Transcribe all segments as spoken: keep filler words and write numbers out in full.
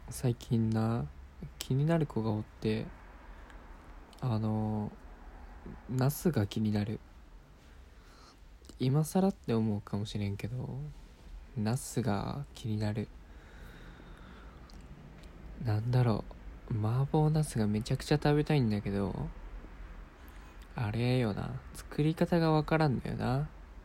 最近な気になる子がおって、あのナスが気になる。今更って思うかもしれんけど、ナスが気になる。なんだろう、麻婆ナスがめちゃくちゃ食べたいんだけど、あれよな、作り方がわからんだよな。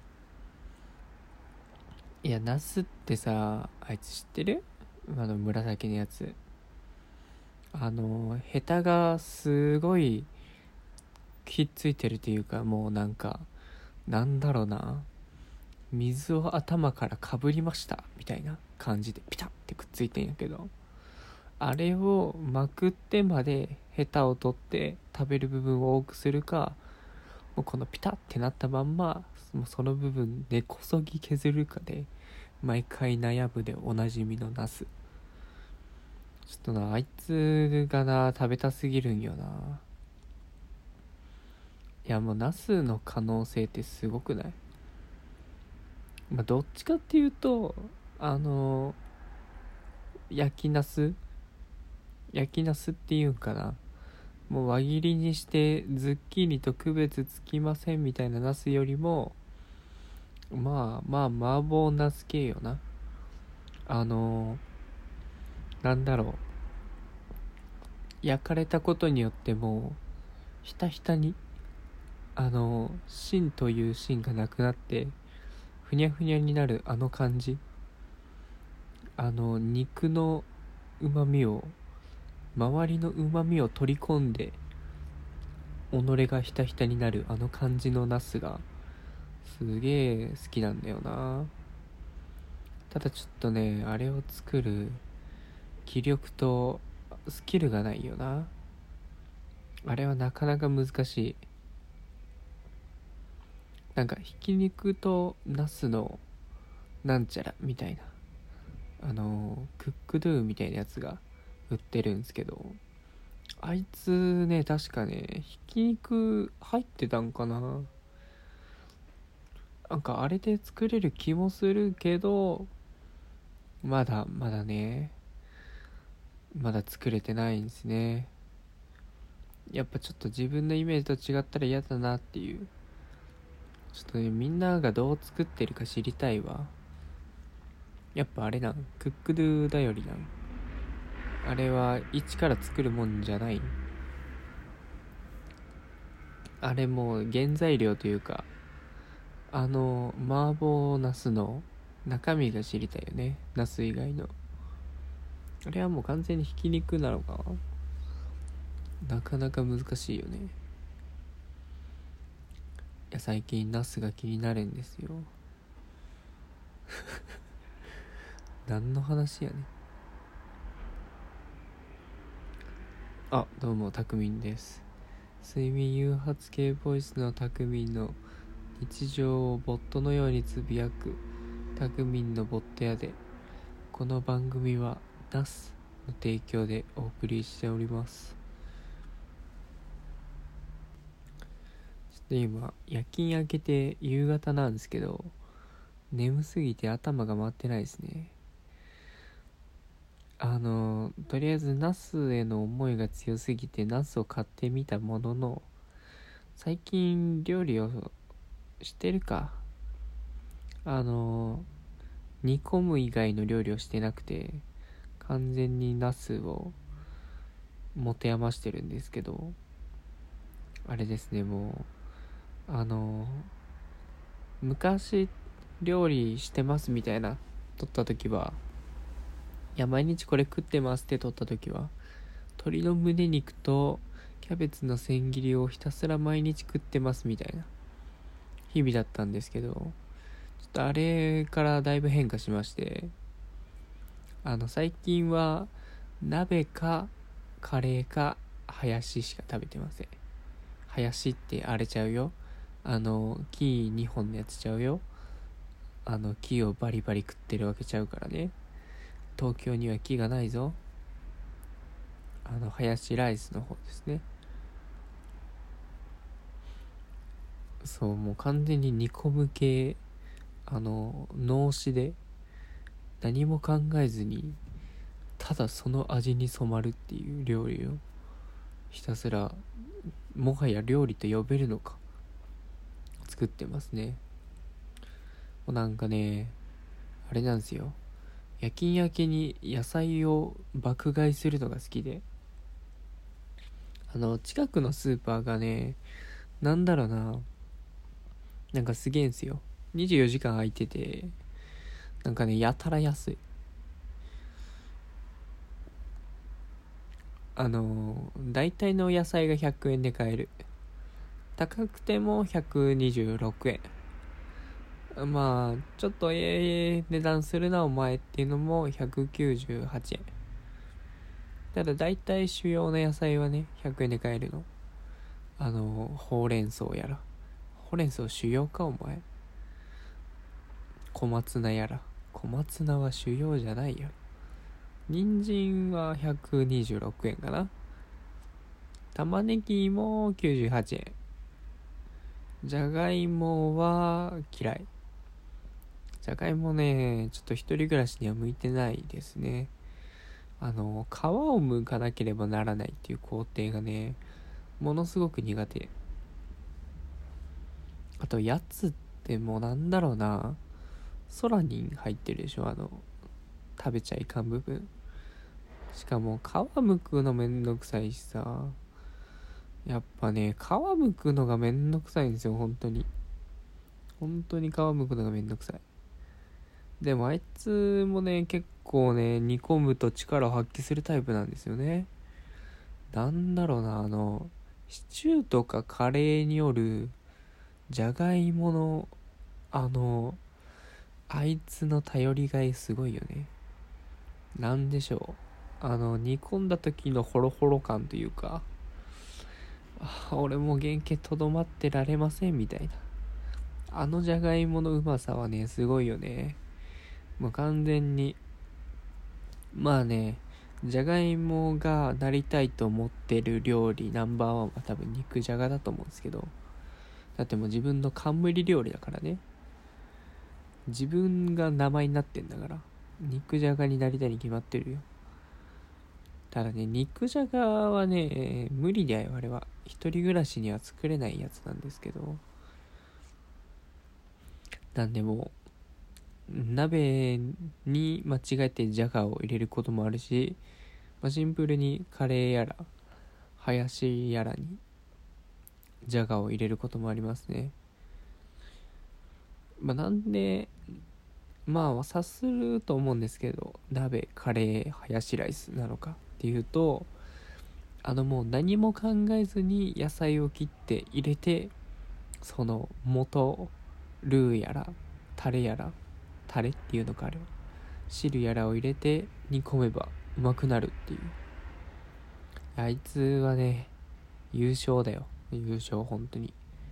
いや、ナスってさ、あいつ知ってる？あの紫のやつ。あのヘタがすごいひっついてるというか、もうなんかなんだろうな、水を頭からかぶりましたみたいな感じでピタッてくっついてんやけど、あれをまくってまでヘタを取って食べる部分を多くするか、もうこのピタッてなったまんまもうその部分根こそぎ削るかで毎回悩むでおなじみのナス。ちょっとな、あいつがな食べたすぎるんよな。いやもうナスの可能性ってすごくない？まあどっちかっていうと、あの焼きナス焼きナスっていうんかな、もう輪切りにしてズッキーニと区別つきませんみたいなナスよりも、まあまあ麻婆ナス系よな。あのなんだろう、焼かれたことによってもうひたひたに、あの芯という芯がなくなってふにゃふにゃになるあの感じ、あの肉のうまみを、周りのうまみを取り込んで己がひたひたになるあの感じのナスがすげえ好きなんだよな。ただちょっとね、あれを作る気力とスキルがないよな。あれはなかなか難しい。なんかひき肉とナスのなんちゃらみたいな、あのクックドゥみたいなやつが売ってるんですけど、あいつね、確かねひき肉入ってたんかな。なんかあれで作れる気もするけど、まだまだね、まだ作れてないんですね。やっぱちょっと自分のイメージと違ったら嫌だなっていう。ちょっとね、みんながどう作ってるか知りたいわ。やっぱあれなん、クックドゥだよりなん、あれは一から作るもんじゃない。あれもう原材料というか、あの麻婆ナスの中身が知りたいよね、ナス以外の。あれはもう完全にひき肉なのかな。なかなか難しいよね。いや最近ナスが気になるんですよ。何の話やねん。あ、どうもたくみんです。睡眠誘発系ボイスのたくみんの日常をボットのようにつぶやくたくみんのボット屋で、この番組はナスの提供でお送りしております。ちょっと今夜勤明けて夕方なんですけど、眠すぎて頭が回ってないですね。あのとりあえずナスへの思いが強すぎてナスを買ってみたものの、最近料理をしてるか、あの煮込む以外の料理をしてなくて、完全にナスを持て余してるんですけど、あれですね、もうあの昔料理してますみたいな撮った時は、いや毎日これ食ってますって撮った時は鶏の胸肉とキャベツの千切りをひたすら毎日食ってますみたいな日々だったんですけど、ちょっとあれからだいぶ変化しまして、あの最近は鍋かカレーかハヤシしか食べてません。ハヤシってあれちゃうよ、あの木にほんのやつちゃうよ。あの木をバリバリ食ってるわけちゃうからね。東京には木がないぞ。あのハヤシライスの方ですね。そう、もう完全に煮込む系、あの脳死で何も考えずにただその味に染まるっていう料理をひたすら、もはや料理と呼べるのか作ってますね。もうなんかね、あれなんですよ、夜勤明けに野菜を爆買いするのが好きで、あの近くのスーパーがね、なんだろうな、なんかすげえんすよ。にじゅうよじかん空いてて、なんかね、やたら安い。あの大体の野菜がひゃくえんで買える。高くてもひゃくにじゅうろくえん。まあちょっとええ値段するなお前っていうのもひゃくきゅうじゅうはちえん。ただ大体主要な野菜はねひゃくえんで買えるの。あのほうれん草やら、ほうれん草主要かお前。小松菜やら、小松菜は主要じゃないやろ。人参はひゃくにじゅうろくえんかな。玉ねぎもきゅうじゅうはちえん。じゃがいもは嫌い。じゃがいもね、ちょっと一人暮らしには向いてないですね。あの皮を剥かなければならないっていう工程がね、ものすごく苦手。あとやつってもうなんだろうな、空に入ってるでしょ、あの食べちゃいかん部分。しかも皮剥くのめんどくさいしさ、やっぱね皮剥くのがめんどくさいんですよ。本当に本当に皮剥くのがめんどくさい。でもあいつもね結構ね煮込むと力を発揮するタイプなんですよね。なんだろうな、あのシチューとかカレーによるじゃがいものあのあいつの頼りがいすごいよね。なんでしょう、あの煮込んだ時のホロホロ感というか、あ俺もう原型とどまってられませんみたいな、あのじゃがいものうまさはねすごいよね。もう完全に、まあね、じゃがいもがなりたいと思ってる料理ナンバーワンは多分肉じゃがだと思うんですけど、だってもう自分の冠料理だからね。自分が名前になってんだから、肉じゃがになりたいに決まってるよ。ただね、肉じゃがはね無理だよ。あれは一人暮らしには作れないやつなんですけど、なんでも鍋に間違えてじゃがを入れることもあるし、まあ、シンプルにカレーやらハヤシやらにじゃがを入れることもありますね。まあなんで、まあ察すると思うんですけど、鍋、カレー、ハヤシライスなのかっていうと、あのもう何も考えずに野菜を切って入れて、その元ルーやらタレやら、タレっていうのかあれは、汁やらを入れて煮込めばうまくなるっていう。あいつはね優勝だよ、優勝。本当に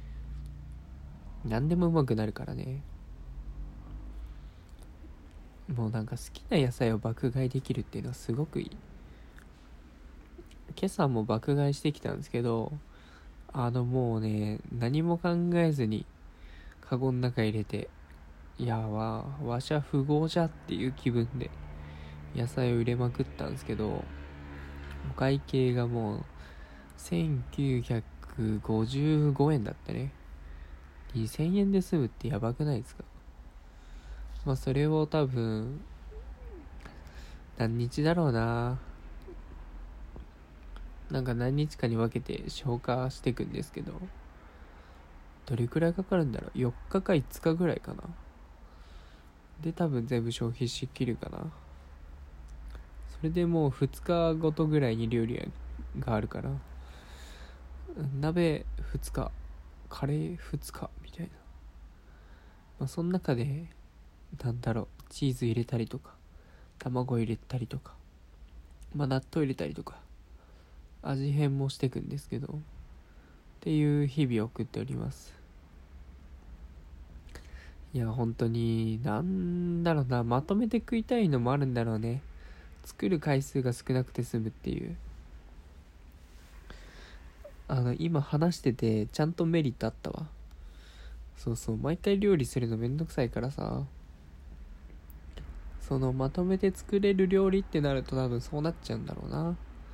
何でもうまくなるからね。もうなんか好きな野菜を爆買いできるっていうのはすごくいい。今朝も爆買いしてきたんですけど、あのもうね何も考えずにカゴの中入れて、いやわわしゃ富豪じゃっていう気分で野菜を入れまくったんですけど、お会計がもうせんきゅうひゃくごじゅうごえんだったね。にせんえんで済むってやばくないですか。まあそれを多分何日だろうな、なんか何日かに分けて消化していくんですけど、どれくらいかかるんだろう。よっかかいつかぐらいかな。で多分全部消費しきるかな。それでもうふつかごとぐらいに料理があるから、鍋ふつか、カレーふつかみたいな。まあその中でなんだろう、チーズ入れたりとか卵入れたりとか、まあ納豆入れたりとか味変もしていくんですけど、っていう日々を送っております。いや本当になんだろうな、まとめて食いたいのもあるんだろうね。作る回数が少なくて済むっていう。あの今話しててちゃんとメリットあったわ。そうそう、毎回料理するのめんどくさいからさ、 そのまとめて作れる料理ってなると多分そうなっちゃうんだろうな。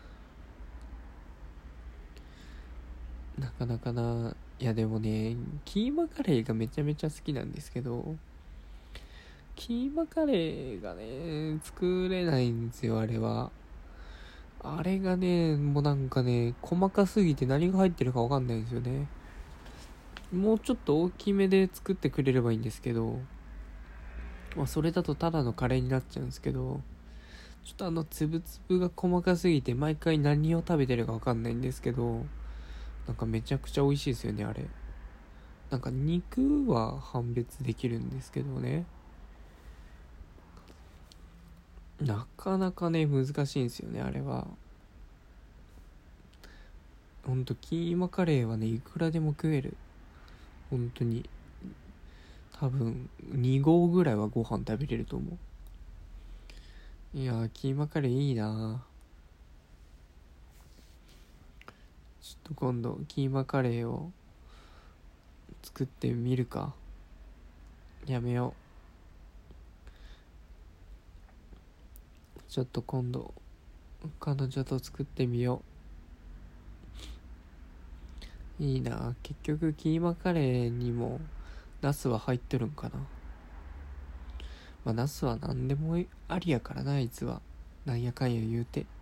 なかなかな。いやでもね、キーマカレーがめちゃめちゃ好きなんですけど、キーマカレーがね作れないんですよ。あれはあれがねもうなんかね細かすぎて何が入ってるか分かんないんですよね。もうちょっと大きめで作ってくれればいいんですけど、まあ、それだとただのカレーになっちゃうんですけど、ちょっとあのつぶつぶが細かすぎて毎回何を食べてるか分かんないんですけど、なんかめちゃくちゃ美味しいですよねあれ。なんか肉は判別できるんですけどね、なかなかね難しいんですよねあれは。ほんとキーマカレーはねいくらでも食える。本当に多分に合ぐらいはご飯食べれると思う。いやーキーマカレーいいな。ちょっと今度キーマカレーを作ってみるか。やめよう。ちょっと今度彼女と作ってみよう。いいな。結局キーマカレーにもナスは入ってるんかな。まあナスは何でもありやからなあいつは。なんやかんや言うて、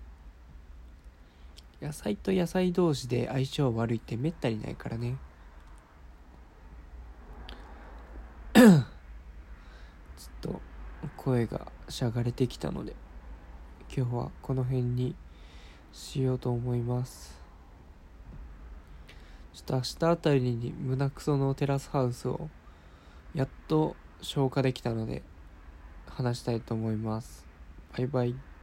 野菜と野菜同士で相性悪いってめったにないからね。ちょっと声がしゃがれてきたので今日はこの辺にしようと思います。ちょっと明日あたりに胸クソのテラスハウスをやっと消化できたので話したいと思います。バイバイ。